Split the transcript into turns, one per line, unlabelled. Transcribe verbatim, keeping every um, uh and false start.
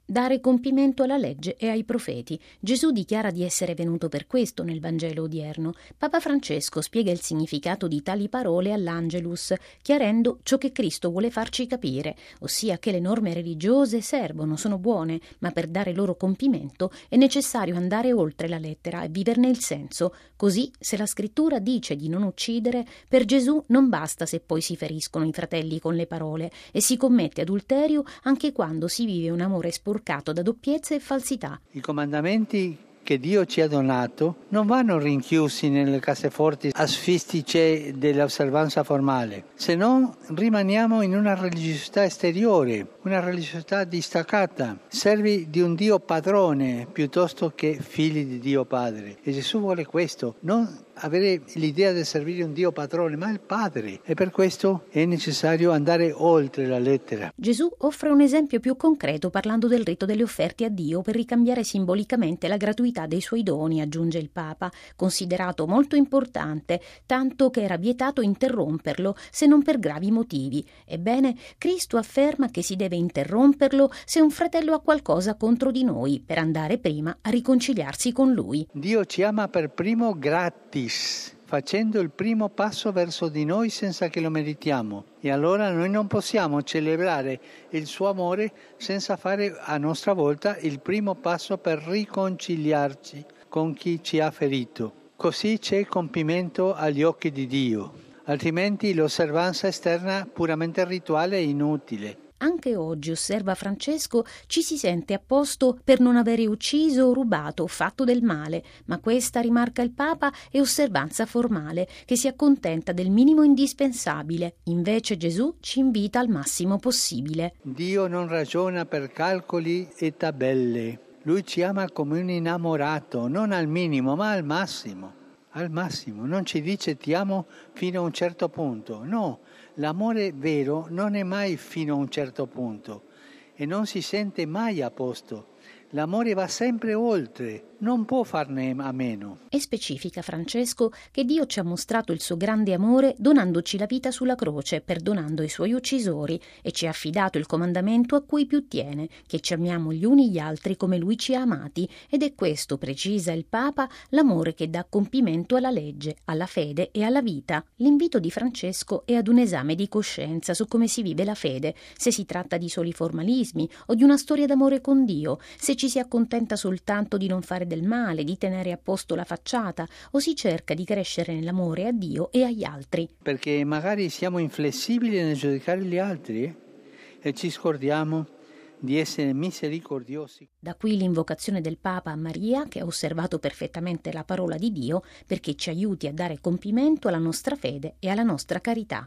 Dare compimento alla legge e ai profeti. Gesù dichiara di essere venuto per questo nel Vangelo odierno. Papa Francesco spiega il significato di tali parole all'Angelus, chiarendo ciò che Cristo vuole farci capire, ossia che le norme religiose servono, sono buone, ma per dare loro compimento è necessario andare oltre la lettera e viverne il senso. Così, se la Scrittura dice di non uccidere, per Gesù non basta se poi si feriscono i fratelli con le parole e si commette adulterio anche quando si vive un amore sporcato da doppiezza e falsità.
I comandamenti che Dio ci ha donato non vanno rinchiusi nelle casseforti asfistiche dell'osservanza formale, se no rimaniamo in una religiosità esteriore, una religiosità distaccata, servi di un Dio padrone piuttosto che figli di Dio Padre. E Gesù vuole questo, non avere l'idea di servire un Dio padrone, ma il Padre. E per questo è necessario andare oltre la lettera.
Gesù offre un esempio più concreto parlando del rito delle offerte a Dio per ricambiare simbolicamente la gratuità dei suoi doni, aggiunge il Papa, considerato molto importante, tanto che era vietato interromperlo se non per gravi motivi. Ebbene, Cristo afferma che si deve interromperlo se un fratello ha qualcosa contro di noi, per andare prima a riconciliarsi con lui.
Dio ci ama per primo gratis, facendo il primo passo verso di noi senza che lo meritiamo. E allora noi non possiamo celebrare il suo amore senza fare a nostra volta il primo passo per riconciliarci con chi ci ha ferito. Così c'è compimento agli occhi di Dio, altrimenti l'osservanza esterna puramente rituale è inutile.
Anche oggi, osserva Francesco, ci si sente a posto per non avere ucciso o rubato o fatto del male, ma questa, rimarca il Papa, è osservanza formale, che si accontenta del minimo indispensabile. Invece Gesù ci invita al massimo possibile.
Dio non ragiona per calcoli e tabelle. Lui ci ama come un innamorato, non al minimo, ma al massimo. Al massimo, non ci dice ti amo fino a un certo punto, no, l'amore vero non è mai fino a un certo punto e non si sente mai a posto. L'amore va sempre oltre, non può farne a meno.
E specifica Francesco che Dio ci ha mostrato il suo grande amore donandoci la vita sulla croce, perdonando i suoi uccisori, e ci ha affidato il comandamento a cui più tiene, che ci amiamo gli uni gli altri come Lui ci ha amati, ed è questo, precisa il Papa, l'amore che dà compimento alla legge, alla fede e alla vita. L'invito di Francesco è ad un esame di coscienza su come si vive la fede, se si tratta di soli formalismi o di una storia d'amore con Dio, se ci si accontenta soltanto di non fare del male, di tenere a posto la facciata, o si cerca di crescere nell'amore a Dio e agli altri.
Perché magari siamo inflessibili nel giudicare gli altri eh? e ci scordiamo di essere misericordiosi.
Da qui l'invocazione del Papa a Maria, che ha osservato perfettamente la parola di Dio, perché ci aiuti a dare compimento alla nostra fede e alla nostra carità.